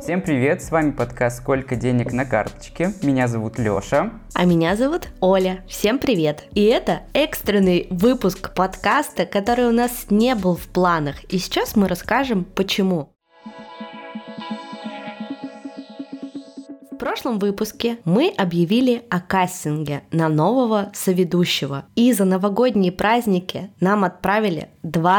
Всем привет, с вами подкаст «Сколько денег на карточке?». Меня зовут Лёша. А меня зовут Оля. Всем привет. И это экстренный выпуск подкаста, который у нас не был в планах. И сейчас мы расскажем, почему. В прошлом выпуске мы объявили о кастинге на нового соведущего. И за новогодние праздники нам отправили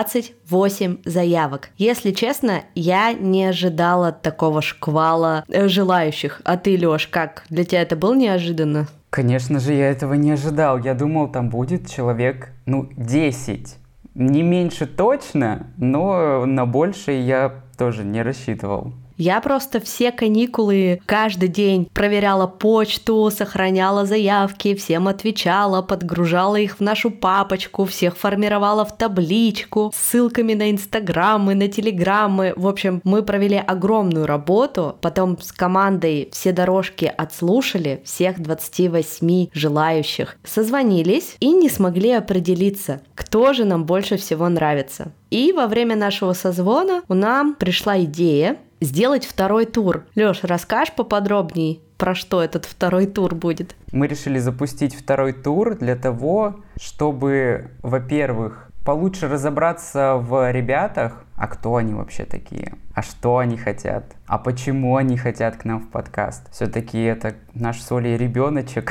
28 заявок. Если честно, я не ожидала такого шквала желающих. А ты, Лёш, как? Для тебя это было неожиданно? Конечно же, я этого не ожидал. Я думал, там будет человек, 10. Не меньше точно, но на большее я тоже не рассчитывал. Я просто все каникулы каждый день проверяла почту, сохраняла заявки, всем отвечала, подгружала их в нашу папочку, всех формировала в табличку с ссылками на инстаграмы, на телеграммы. В общем, мы провели огромную работу, потом с командой все дорожки отслушали, всех 28 желающих, созвонились и не смогли определиться, кто же нам больше всего нравится. И во время нашего созвона нам пришла идея сделать второй тур. Лёш, расскажешь поподробнее, про что этот второй тур будет? Мы решили запустить второй тур для того, чтобы, во-первых, получше разобраться в ребятах, а кто они вообще такие, а что они хотят, а почему они хотят к нам в подкаст. Все-таки это наш с Олей ребеночек,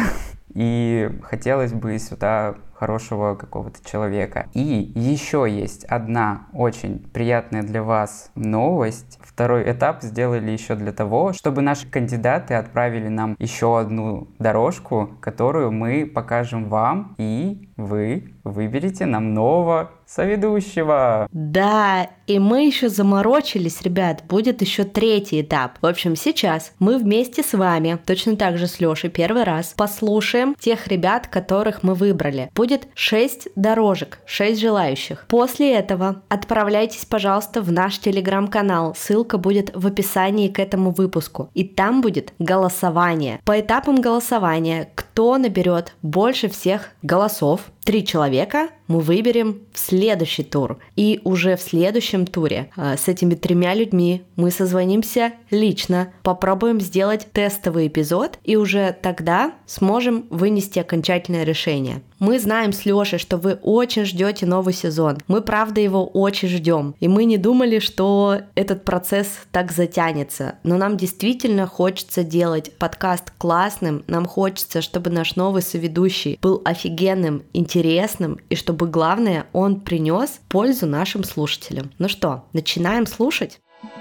и хотелось бы сюда хорошего какого-то человека. И еще есть одна очень приятная для вас новость. Второй этап сделали еще для того, чтобы наши кандидаты отправили нам еще одну дорожку, которую мы покажем вам, и вы выберете нам нового соведущего. Да, и мы еще заморочились, ребят, будет еще третий этап. В общем, сейчас мы вместе с вами, точно так же с Лешей первый раз, послушаем тех ребят, которых мы выбрали. Будет 6 дорожек, 6 желающих. После этого отправляйтесь, пожалуйста, в наш телеграм-канал. Ссылка будет в описании к этому выпуску. И там будет голосование. По этапам голосования, кто наберет больше всех голосов, 3 человека мы выберем в следующий тур. И уже в следующем туре с этими 3 людьми мы созвонимся лично, попробуем сделать тестовый эпизод, и уже тогда сможем вынести окончательное решение. Мы знаем с Лешей, что вы очень ждете новый сезон. Мы, правда, его очень ждем. И мы не думали, что этот процесс так затянется. Но нам действительно хочется делать подкаст классным. Нам хочется, чтобы наш новый соведущий был офигенным, интересным, и чтобы, главное, он принес пользу нашим слушателям. Ну что, начинаем слушать?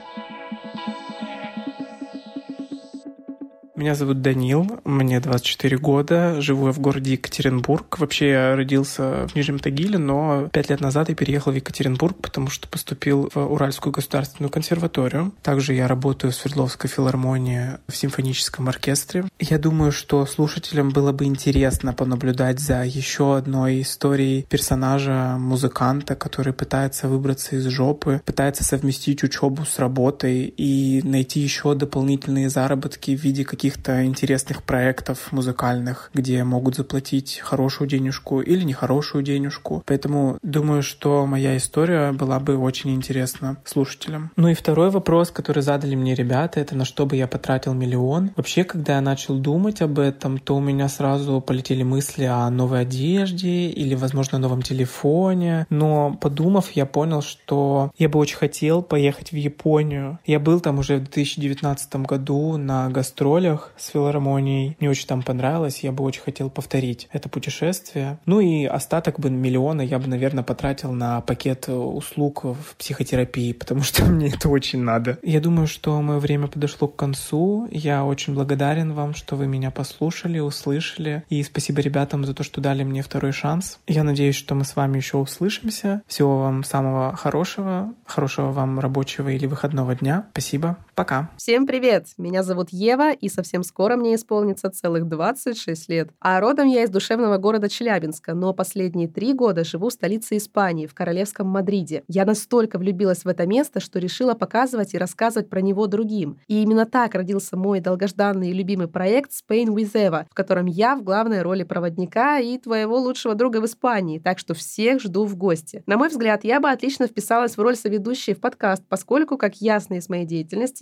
Меня зовут Данил, мне 24 года, живу я в городе Екатеринбург. Вообще я родился в Нижнем Тагиле, но 5 лет назад я переехал в Екатеринбург, потому что поступил в Уральскую государственную консерваторию. Также я работаю в Свердловской филармонии в симфоническом оркестре. Я думаю, что слушателям было бы интересно понаблюдать за еще одной историей персонажа, музыканта, который пытается выбраться из жопы, пытается совместить учебу с работой и найти еще дополнительные заработки в виде каких-то интересных проектов музыкальных, где могут заплатить хорошую денежку или нехорошую денежку. Поэтому думаю, что моя история была бы очень интересна слушателям. Ну и второй вопрос, который задали мне ребята, это на что бы я потратил миллион. Вообще, когда я начал думать об этом, то у меня сразу полетели мысли о новой одежде или, возможно, новом телефоне. Но подумав, я понял, что я бы очень хотел поехать в Японию. Я был там уже в 2019 году на гастролях с филармонией. Мне очень там понравилось, я бы очень хотел повторить это путешествие. Ну и остаток бы миллиона я бы, наверное, потратил на пакет услуг в психотерапии, потому что мне это очень надо. Я думаю, что мое время подошло к концу. Я очень благодарен вам, что вы меня послушали, услышали. И спасибо ребятам за то, что дали мне второй шанс. Я надеюсь, что мы с вами еще услышимся. Всего вам самого хорошего. Хорошего вам рабочего или выходного дня. Спасибо. Пока. Всем привет! Меня зовут Ева, и совсем скоро мне исполнится целых 26 лет. А родом я из душевного города Челябинска, но последние 3 года живу в столице Испании, в королевском Мадриде. Я настолько влюбилась в это место, что решила показывать и рассказывать про него другим. И именно так родился мой долгожданный и любимый проект Spain with Eva, в котором я в главной роли проводника и твоего лучшего друга в Испании, так что всех жду в гости. На мой взгляд, я бы отлично вписалась в роль соведущей в подкаст, поскольку, как ясно из моей деятельности,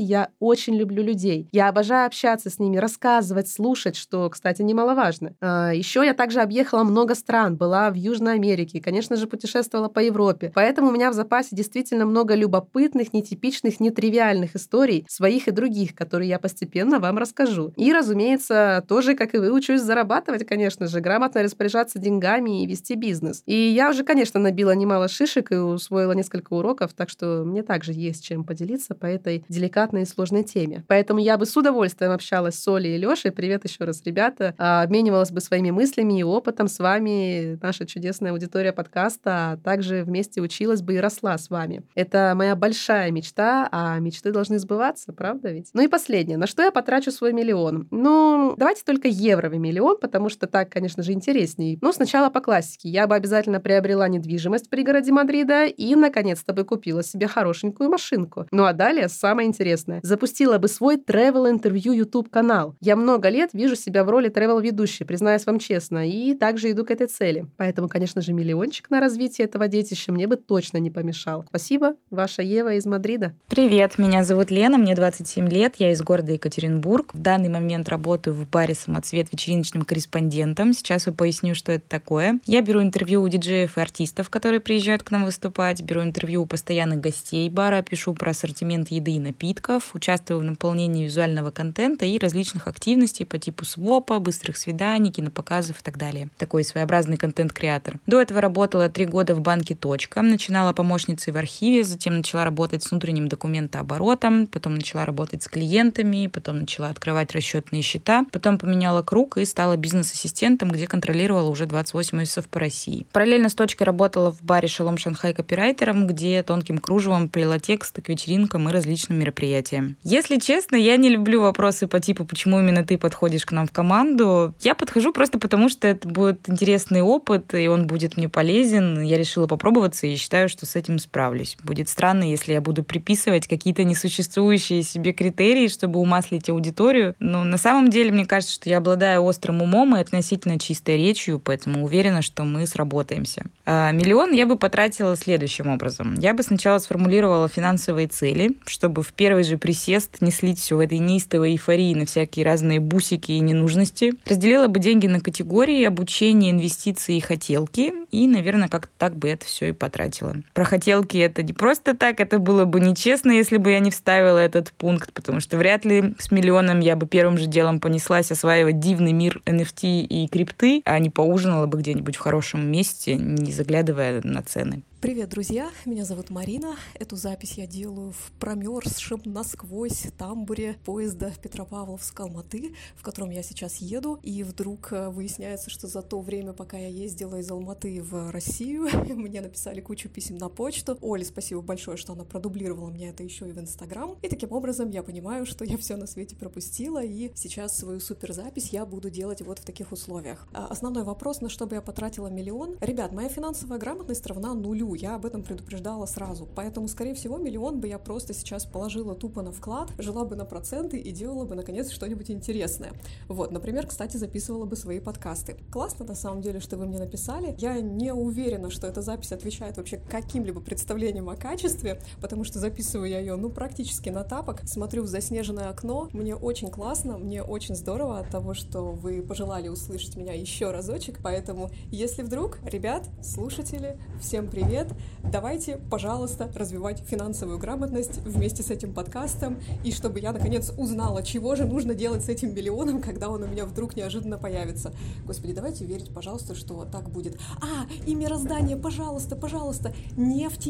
знаете, я очень люблю людей. Я обожаю общаться с ними, рассказывать, слушать, что, кстати, немаловажно. Еще я также объехала много стран, была в Южной Америке, конечно же, путешествовала по Европе. Поэтому у меня в запасе действительно много любопытных, нетипичных, нетривиальных историй, своих и других, которые я постепенно вам расскажу. И, разумеется, тоже, как и вы, учусь зарабатывать, конечно же, грамотно распоряжаться деньгами и вести бизнес. И я уже, конечно, набила немало шишек и усвоила несколько уроков, так что мне также есть чем поделиться по этой деликатной и сложной теме. Поэтому я бы с удовольствием общалась с Олей и Лешей. Привет еще раз, ребята. Обменивалась бы своими мыслями и опытом с вами, наша чудесная аудитория подкаста, а также вместе училась бы и росла с вами. Это моя большая мечта, а мечты должны сбываться, правда ведь? Ну и последнее. На что я потрачу свой миллион? Ну, давайте только евровый миллион, потому что так, конечно же, интересней. Ну, сначала по классике. Я бы обязательно приобрела недвижимость в пригороде Мадрида и, наконец-то, бы купила себе хорошенькую машинку. Ну а далее самое интересное. Запустила бы свой travel-интервью YouTube-канал. Я много лет вижу себя в роли travel-ведущей, признаюсь вам честно, и также иду к этой цели. Поэтому, конечно же, миллиончик на развитие этого детища мне бы точно не помешал. Спасибо, ваша Ева из Мадрида. Привет, меня зовут Лена, мне 27 лет, я из города Екатеринбург. В данный момент работаю в баре «Самоцвет» вечериночным корреспондентом. Сейчас я поясню, что это такое. Я беру интервью у диджеев и артистов, которые приезжают к нам выступать, беру интервью у постоянных гостей бара, пишу про ассортимент еды и напитков, участвую в наполнении визуального контента и различных активностей по типу свопа, быстрых свиданий, кинопоказов и так далее. Такой своеобразный контент-креатор. До этого работала 3 года в банке «Точка». Начинала помощницей в архиве, затем начала работать с внутренним документооборотом, потом начала работать с клиентами, потом начала открывать расчетные счета, потом поменяла круг и стала бизнес-ассистентом, где контролировала уже 28 офисов по России. Параллельно с «Точкой» работала в баре «Шалом Шанхай» копирайтером, где тонким кружевом плела тексты к вечеринкам и различным мероприятиям. Если честно, я не люблю вопросы по типу «почему именно ты подходишь к нам в команду?». Я подхожу просто потому, что это будет интересный опыт, и он будет мне полезен. Я решила попробоваться и считаю, что с этим справлюсь. Будет странно, если я буду приписывать какие-то несуществующие себе критерии, чтобы умаслить аудиторию. Но на самом деле, мне кажется, что я обладаю острым умом и относительно чистой речью, поэтому уверена, что мы сработаемся. Миллион я бы потратила следующим образом. Я бы сначала сформулировала финансовые цели, чтобы в первый же присест не слить все в этой неистовой эйфории на всякие разные бусики и ненужности. Разделила бы деньги на категории: обучение, инвестиции и хотелки. И, наверное, как-то так бы это все и потратила. Про хотелки это не просто так, это было бы нечестно, если бы я не вставила этот пункт, потому что вряд ли с миллионом я бы первым же делом понеслась осваивать дивный мир NFT и крипты, а не поужинала бы где-нибудь в хорошем месте, не заглядывая на цены. Привет, друзья! Меня зовут Марина. Эту запись я делаю в промерзшем насквозь тамбуре поезда Петропавловск-Алматы, в котором я сейчас еду. И вдруг выясняется, что за то время, пока я ездила из Алматы в Россию, мне написали кучу писем на почту. Оле спасибо большое, что она продублировала мне это еще и в Инстаграм. И таким образом я понимаю, что я все на свете пропустила, и сейчас свою суперзапись я буду делать вот в таких условиях. Основной вопрос: на что бы я потратила миллион? Ребят, моя финансовая грамотность равна нулю. Я об этом предупреждала сразу. Поэтому, скорее всего, миллион бы я просто сейчас положила тупо на вклад, жила бы на проценты и делала бы, наконец, что-нибудь интересное. Вот, например, кстати, записывала бы свои подкасты. Классно, на самом деле, что вы мне написали. Я не уверена, что эта запись отвечает вообще каким-либо представлениям о качестве, потому что записываю я ее, практически на тапок. Смотрю в заснеженное окно. Мне очень классно, мне очень здорово от того, что вы пожелали услышать меня еще разочек. Поэтому, если вдруг, ребят, слушатели, всем привет! Давайте, пожалуйста, развивать финансовую грамотность вместе с этим подкастом, и чтобы я, наконец, узнала, чего же нужно делать с этим миллионом, когда он у меня вдруг неожиданно появится. Господи, давайте верить, пожалуйста, что так будет. И мироздание, пожалуйста, пожалуйста, не в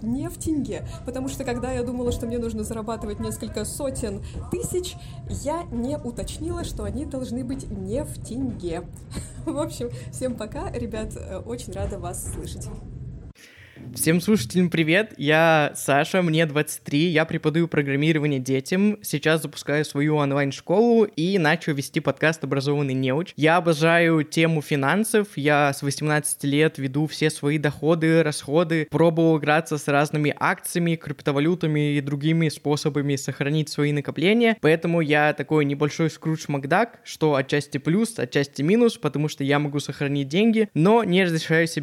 тенге, потому что когда я думала, что мне нужно зарабатывать несколько сотен тысяч, я не уточнила, что они должны быть не в тенге. В общем, всем пока, ребят, очень рада вас слышать. Всем слушателям привет, я Саша, мне 23, я преподаю программирование детям, сейчас запускаю свою онлайн-школу и начал вести подкаст «Образованный неуч». Я обожаю тему финансов, я с 18 лет веду все свои доходы, расходы, пробовал играться с разными акциями, криптовалютами и другими способами сохранить свои накопления, поэтому я такой небольшой Скрудж Макдак, что отчасти плюс, отчасти минус, потому что я могу сохранить деньги, но не разрешаю себе их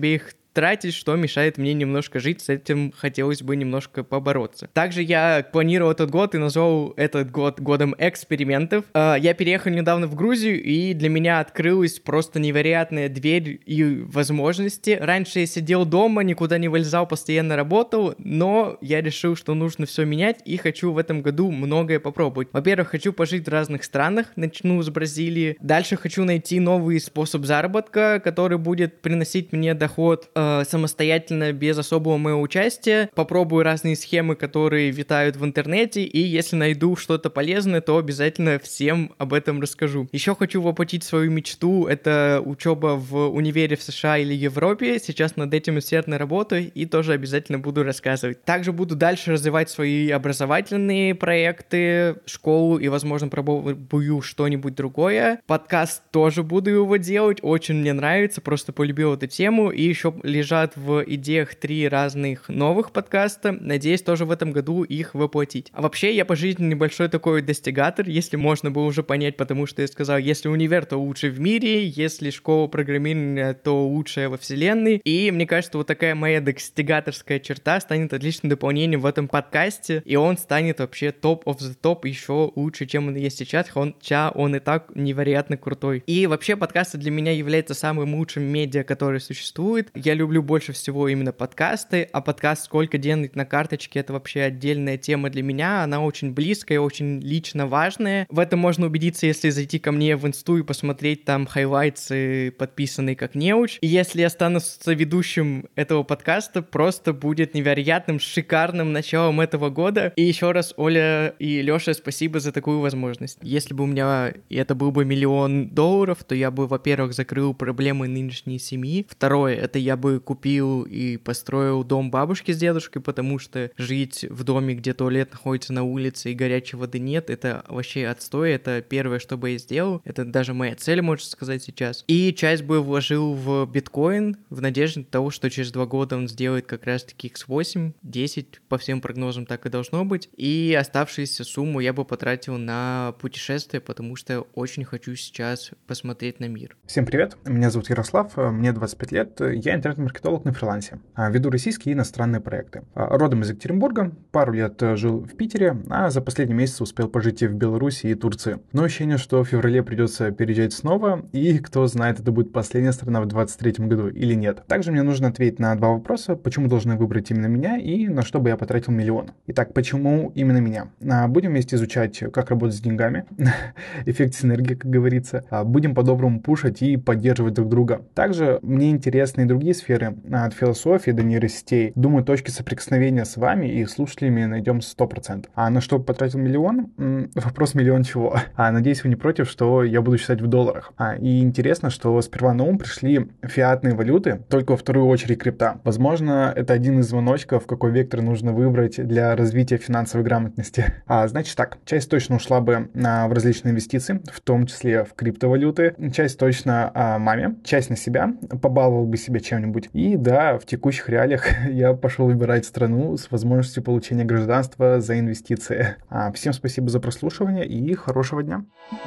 тратить, что мешает мне немножко жить, с этим хотелось бы немножко побороться. Также я планировал этот год и назвал этот год годом экспериментов. Я переехал недавно в Грузию, и для меня открылась просто невероятная дверь и возможности. Раньше я сидел дома, никуда не вылезал, постоянно работал, но я решил, что нужно все менять, и хочу в этом году многое попробовать. Во-первых, хочу пожить в разных странах, начну с Бразилии. Дальше хочу найти новый способ заработка, который будет приносить мне доход самостоятельно, без особого моего участия. Попробую разные схемы, которые витают в интернете, и если найду что-то полезное, то обязательно всем об этом расскажу. Еще хочу воплотить свою мечту, это учеба в универе в США или Европе. Сейчас над этим усердно работаю и тоже обязательно буду рассказывать. Также буду дальше развивать свои образовательные проекты, школу и, возможно, пробую что-нибудь другое. Подкаст тоже буду его делать, очень мне нравится, просто полюбил эту тему, и еще лежат в идеях 3 разных новых подкаста. Надеюсь, тоже в этом году их воплотить. А вообще, я по жизни небольшой такой достигатор, если можно было уже понять, потому что я сказал, если универ, то лучший в мире, если школа программирования, то лучшая во вселенной. И мне кажется, вот такая моя достигаторская черта станет отличным дополнением в этом подкасте, и он станет вообще топ of the top, еще лучше, чем он есть сейчас, он и так невероятно крутой. И вообще, подкасты для меня являются самым лучшим медиа, который существует. Я люблю больше всего именно подкасты, а подкаст «Сколько денег на карточке» — это вообще отдельная тема для меня, она очень близкая, очень лично важная. В этом можно убедиться, если зайти ко мне в инсту и посмотреть там хайлайтсы, подписанные как неуч. И если я стану ведущим этого подкаста, просто будет невероятным, шикарным началом этого года. И еще раз, Оля и Лёша, спасибо за такую возможность. Если бы у меня это был бы $1 миллион, то я бы, во-первых, закрыл проблемы нынешней семьи. Второе, это я бы купил и построил дом бабушки с дедушкой, потому что жить в доме, где туалет находится на улице и горячей воды нет, это вообще отстой, это первое, что бы я сделал, это даже моя цель, можно сказать, сейчас. И часть бы вложил в биткоин в надежде того, что через 2 года он сделает как раз-таки x8, 10, по всем прогнозам так и должно быть, и оставшуюся сумму я бы потратил на путешествие, потому что очень хочу сейчас посмотреть на мир. Всем привет, меня зовут Ярослав, мне 25 лет, я интернет-маркетолог на фрилансе, веду российские и иностранные проекты. Родом из Екатеринбурга, пару лет жил в Питере, а за последний месяц успел пожить и в Беларуси, и Турции. Но ощущение, что в феврале придется переезжать снова, и кто знает, это будет последняя страна в 2023 году или нет. Также мне нужно ответить на 2 вопроса, почему должны выбрать именно меня и на что бы я потратил $1 миллион. Итак, почему именно меня? Будем вместе изучать, как работать с деньгами, эффект синергии, как говорится. Будем по-доброму пушить и поддерживать друг друга. Также мне интересны и другие сферы, от философии до нейросетей. Думаю, точки соприкосновения с вами и слушателями найдем 100%. А на что потратил $1 миллион? Вопрос миллион чего. Надеюсь, вы не против, что я буду считать в долларах. И интересно, что сперва на ум пришли фиатные валюты, только во вторую очередь крипта. Возможно, это один из звоночков, какой вектор нужно выбрать для развития финансовой грамотности. Значит так, часть точно ушла бы в различные инвестиции, в том числе в криптовалюты, часть точно маме, часть на себя, побаловал бы себя чем-нибудь. И да, в текущих реалиях я пошел выбирать страну с возможностью получения гражданства за инвестиции. Всем спасибо за прослушивание и хорошего дня.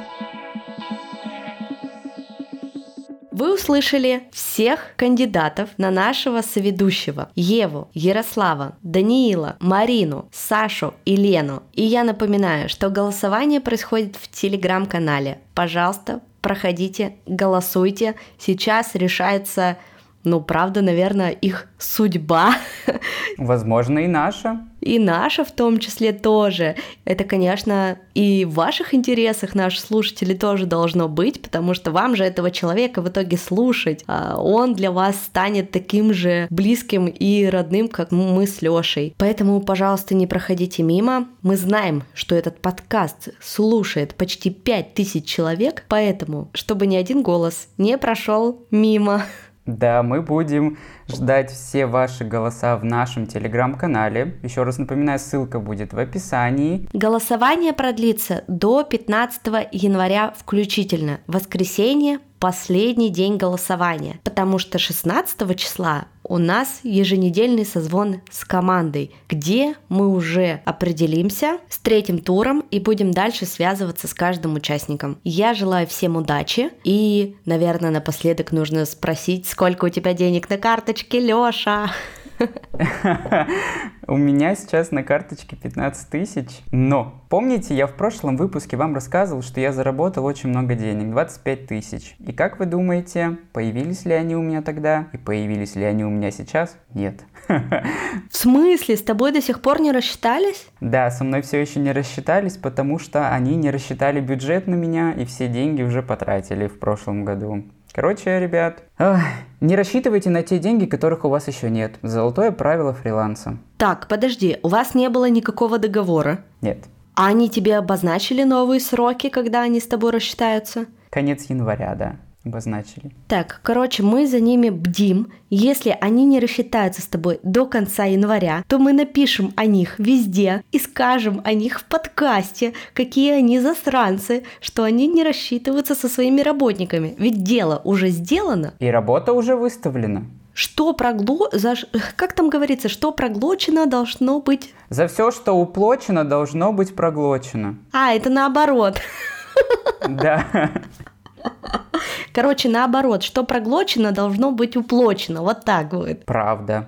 Вы услышали всех кандидатов на нашего соведущего: Еву, Ярослава, Даниила, Марину, Сашу и Лену. И я напоминаю, что голосование происходит в Телеграм-канале. Пожалуйста, проходите, голосуйте. Сейчас решается, правда, наверное, их судьба. Возможно, и наша. И наша в том числе тоже. Это, конечно, и в ваших интересах, наши слушатели, тоже должно быть, потому что вам же этого человека в итоге слушать. Он для вас станет таким же близким и родным, как мы с Лешей. Поэтому, пожалуйста, не проходите мимо. Мы знаем, что этот подкаст слушает почти 5000 человек, поэтому, чтобы ни один голос не прошел мимо. Да, мы будем ждать все ваши голоса в нашем телеграм-канале. Еще раз напоминаю, ссылка будет в описании. Голосование продлится до 15 января включительно. Воскресенье – последний день голосования, потому что 16 числа у нас еженедельный созвон с командой, где мы уже определимся с третьим туром и будем дальше связываться с каждым участником. Я желаю всем удачи и, наверное, напоследок нужно спросить, сколько у тебя денег на карточке, Лёша? У меня сейчас на карточке 15 тысяч, но помните, я в прошлом выпуске вам рассказывал, что я заработал очень много денег, 25 тысяч. И как вы думаете, появились ли они у меня тогда и появились ли они у меня сейчас? Нет. В смысле? С тобой до сих пор не рассчитались? Да, со мной все еще не рассчитались, потому что они не рассчитали бюджет на меня и все деньги уже потратили в прошлом году. Короче, ребят, не рассчитывайте на те деньги, которых у вас еще нет. Золотое правило фриланса. Так, подожди, у вас не было никакого договора? Нет. А они тебе обозначили новые сроки, когда они с тобой рассчитаются? Конец января, да, обозначили. Так, короче, мы за ними бдим. Если они не рассчитаются с тобой до конца января, то мы напишем о них везде и скажем о них в подкасте, какие они засранцы, что они не рассчитываются со своими работниками. Ведь дело уже сделано. И работа уже выставлена. Как там говорится, что проглочено, должно быть... За все, что уплочено, должно быть проглочено. Это наоборот. Да. Короче, наоборот, что проглочено, должно быть уплочено. Вот так будет. Правда.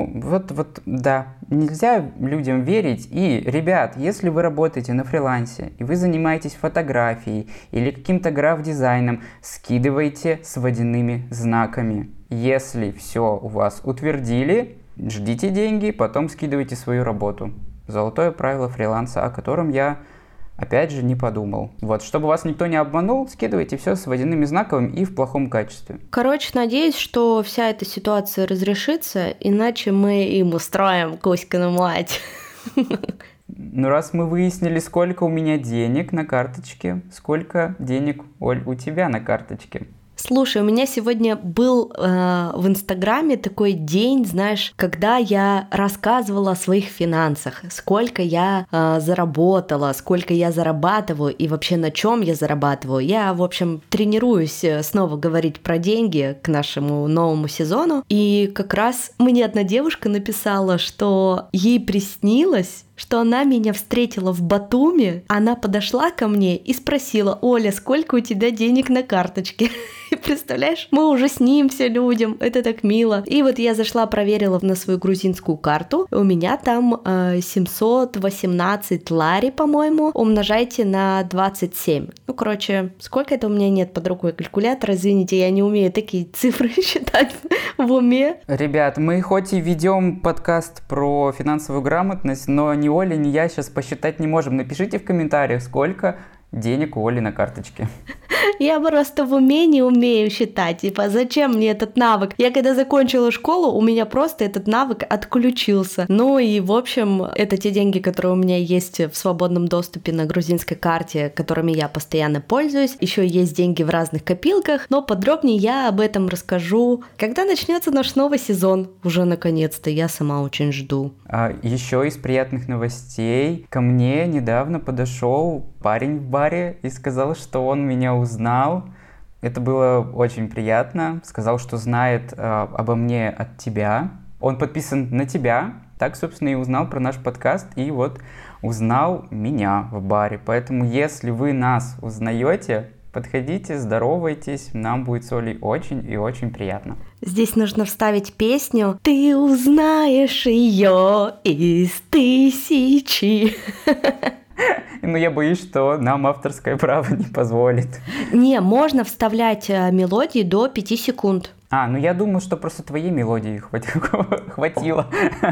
Да. Нельзя людям верить. И, ребят, если вы работаете на фрилансе, и вы занимаетесь фотографией или каким-то граф-дизайном, скидывайте с водяными знаками. Если все у вас утвердили, ждите деньги, потом скидывайте свою работу. Золотое правило фриланса, о котором я... Опять же, не подумал. Чтобы вас никто не обманул, скидывайте все с водяными знаками и в плохом качестве. Короче, надеюсь, что вся эта ситуация разрешится, иначе мы им устроим Кузькину мать. Раз мы выяснили, сколько у меня денег на карточке, сколько денег, Оль, у тебя на карточке? Слушай, у меня сегодня был в Инстаграме такой день, знаешь, когда я рассказывала о своих финансах, сколько я заработала, сколько я зарабатываю и вообще на чем я зарабатываю. Я, в общем, тренируюсь снова говорить про деньги к нашему новому сезону. И как раз мне одна девушка написала, что ей приснилось, что она меня встретила в Батуми, она подошла ко мне и спросила: «Оля, сколько у тебя денег на карточке?» И представляешь, мы уже снимся людям, это так мило. И вот я зашла, проверила на свою грузинскую карту, у меня там 718 лари, по-моему, умножайте на 27. Короче, сколько это у меня нет под рукой калькулятора, извините, я не умею такие цифры считать в уме. Ребят, мы хоть и ведем подкаст про финансовую грамотность, но ни Оля, ни я сейчас посчитать не можем. Напишите в комментариях, сколько денег у Оли на карточке. Я просто в уме не умею считать. Зачем мне этот навык? Я когда закончила школу, у меня просто этот навык отключился. И, в общем, это те деньги, которые у меня есть в свободном доступе на грузинской карте, которыми я постоянно пользуюсь. Еще есть деньги в разных копилках, но подробнее я об этом расскажу, когда начнется наш новый сезон. Уже наконец-то, я сама очень жду. Еще из приятных новостей ко мне недавно подошел парень в баре и сказал, что он меня узнал. Это было очень приятно. Сказал, что знает обо мне от тебя. Он подписан на тебя. Так, собственно, и узнал про наш подкаст. И узнал меня в баре. Поэтому, если вы нас узнаете, подходите, здоровайтесь. Нам будет с Олей очень и очень приятно. Здесь нужно вставить песню «Ты узнаешь ее из тысячи». Но я боюсь, что нам авторское право не позволит. Не, можно вставлять мелодии до 5 секунд. Я думаю, что просто твоей мелодии хватило.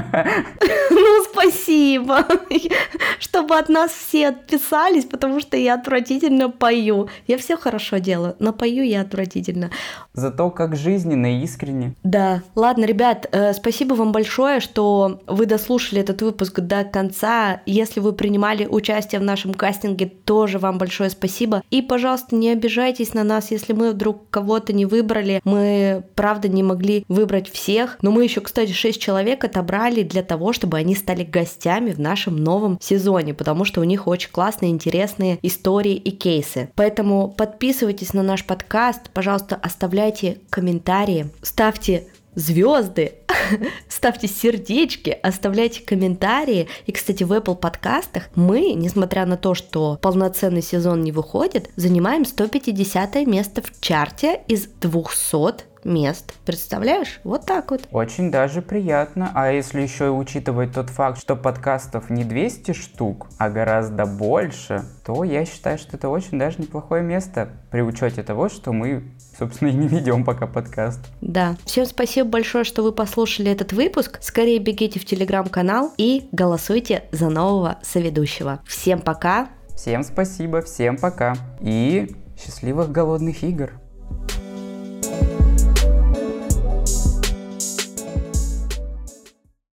Спасибо. Чтобы от нас все отписались, потому что я отвратительно пою. Я все хорошо делаю, но пою я отвратительно. Зато как жизненно и искренне. Да. Ладно, ребят, спасибо вам большое, что вы дослушали этот выпуск до конца. Если вы принимали участие в нашем кастинге, тоже вам большое спасибо. И, пожалуйста, не обижайтесь на нас, если мы вдруг кого-то не выбрали. Мы правда не могли выбрать всех, но мы еще, кстати, 6 человек отобрали для того, чтобы они стали гостями в нашем новом сезоне, потому что у них очень классные, интересные истории и кейсы. Поэтому подписывайтесь на наш подкаст, пожалуйста, оставляйте комментарии, ставьте звезды, ставьте сердечки, оставляйте комментарии. И, кстати, в Apple подкастах мы, несмотря на то, что полноценный сезон не выходит, занимаем 150 место в чарте из 200 мест. Представляешь? Вот так вот. Очень даже приятно. А если еще и учитывать тот факт, что подкастов не 200 штук, а гораздо больше, то я считаю, что это очень даже неплохое место при учете того, что мы, собственно, и не ведем пока подкаст. Да. Всем спасибо большое, что вы послушали этот выпуск. Скорее бегите в Телеграм-канал и голосуйте за нового соведущего. Всем пока. Всем спасибо, всем пока. И счастливых голодных игр.